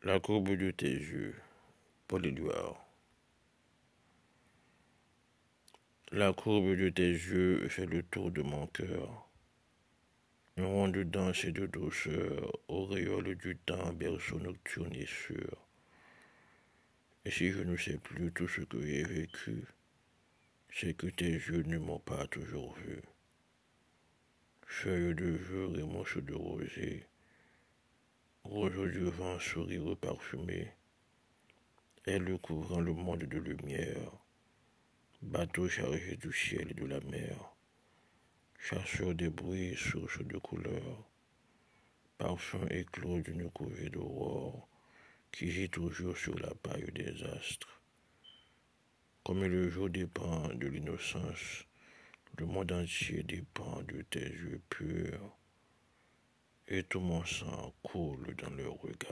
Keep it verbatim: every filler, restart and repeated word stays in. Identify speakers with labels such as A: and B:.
A: La courbe de tes yeux, Paul Éluard. La courbe de tes yeux fait le tour de mon cœur. Un rond de danse et de douceur, auréole du temps, berceau nocturne et sûr. Et si je ne sais plus tout ce que j'ai vécu, c'est que tes yeux ne m'ont pas toujours vu. Feuilles de jour et manches de rosier, roseau du vent, sourire parfumé, elle couvrant le monde de lumière, bateau chargé du ciel et de la mer, chasseur des bruits, source de couleurs, parfum éclos d'une couvée d'aurore qui gît toujours sur la paille des astres. Comme le jour dépend de l'innocence, le monde entier dépend de tes yeux purs, et tout mon sang coule dans leur regard.